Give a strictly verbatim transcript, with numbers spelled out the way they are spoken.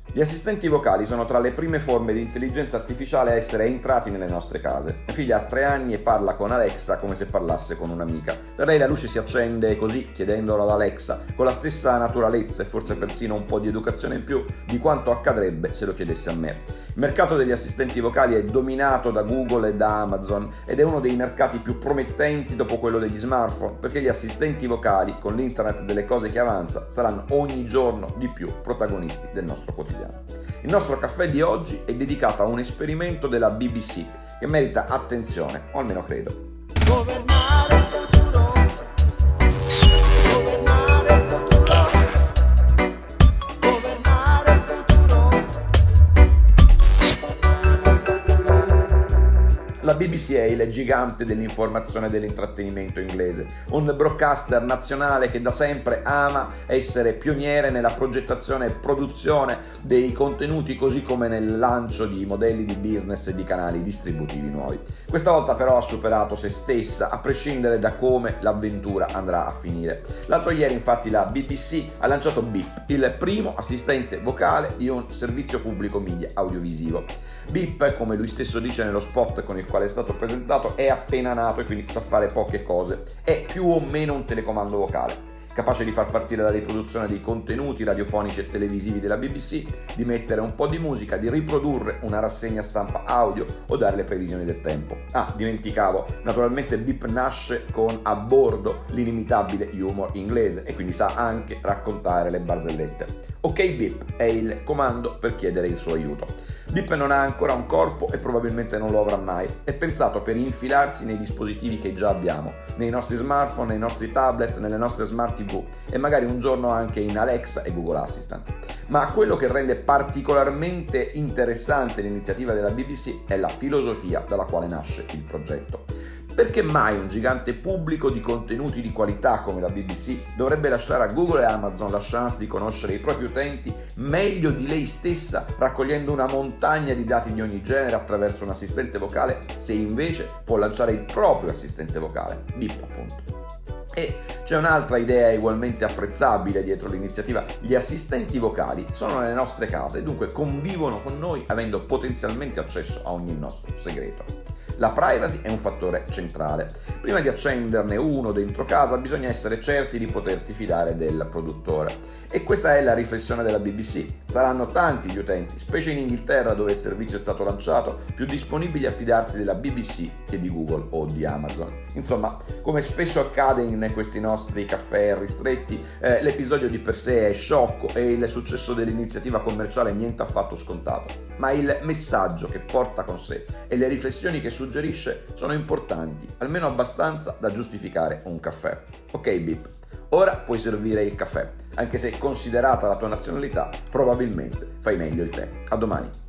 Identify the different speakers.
Speaker 1: Gli assistenti vocali sono tra le prime forme di intelligenza artificiale a essere entrati nelle nostre case. Mia figlia ha tre anni e parla con Alexa come se parlasse con un'amica. Per lei la luce si accende così, chiedendolo ad Alexa, con la stessa naturalezza e forse persino un po' di educazione in più di quanto accadrebbe se lo chiedesse a me. Il mercato degli assistenti vocali è dominato da Google e da Amazon ed è uno dei mercati più promettenti dopo quello degli smartphone, perché gli assistenti vocali, con l'internet delle cose che avanza, saranno ogni giorno di più protagonisti del nostro quotidiano. Il nostro caffè di oggi è dedicato a un esperimento della B B C che merita attenzione, o almeno credo. Governare il futuro. Governare il futuro. Governare il futuro. La B B C è il gigante dell'informazione e dell'intrattenimento inglese, un broadcaster nazionale che da sempre ama essere pioniere nella progettazione e produzione dei contenuti, così come nel lancio di modelli di business e di canali distributivi nuovi. Questa volta però ha superato se stessa, a prescindere da come l'avventura andrà a finire. L'altro ieri infatti la B B C ha lanciato Beep, il primo assistente vocale di un servizio pubblico media audiovisivo. Beep, come lui stesso dice nello spot con il quale è stato presentato, è appena nato e quindi sa fare poche cose. È più o meno un telecomando vocale, capace di far partire la riproduzione dei contenuti radiofonici e televisivi della B B C, di mettere un po' di musica, di riprodurre una rassegna stampa audio o dare le previsioni del tempo. Ah, dimenticavo, naturalmente Beep nasce con a bordo l'inimitabile humor inglese e quindi sa anche raccontare le barzellette. Ok Beep è il comando per chiedere il suo aiuto. Beep non ha ancora un corpo e probabilmente non lo avrà mai. È pensato per infilarsi nei dispositivi che già abbiamo, nei nostri smartphone, nei nostri tablet, nelle nostre smart tivù e magari un giorno anche in Alexa e Google Assistant. Ma quello che rende particolarmente interessante l'iniziativa della B B C è la filosofia dalla quale nasce il progetto. Perché mai un gigante pubblico di contenuti di qualità come la B B C dovrebbe lasciare a Google e Amazon la chance di conoscere i propri utenti meglio di lei stessa, raccogliendo una montagna di dati di ogni genere attraverso un assistente vocale, se invece può lanciare il proprio assistente vocale, Beep appunto. E c'è un'altra idea ugualmente apprezzabile dietro l'iniziativa: gli assistenti vocali sono nelle nostre case e dunque convivono con noi avendo potenzialmente accesso a ogni nostro segreto. La privacy è un fattore centrale. Prima di accenderne uno dentro casa bisogna essere certi di potersi fidare del produttore. E questa è la riflessione della B B C. Saranno tanti gli utenti, specie in Inghilterra dove il servizio è stato lanciato, più disponibili a fidarsi della B B C che di Google o di Amazon. Insomma, come spesso accade in questi nostri caffè ristretti, eh, l'episodio di per sé è sciocco e il successo dell'iniziativa commerciale niente affatto scontato. Ma il messaggio che porta con sé e le riflessioni che suggerisce sono importanti, almeno abbastanza da giustificare un caffè. Ok Beep, ora puoi servire il caffè, anche se considerata la tua nazionalità probabilmente fai meglio il tè. A domani.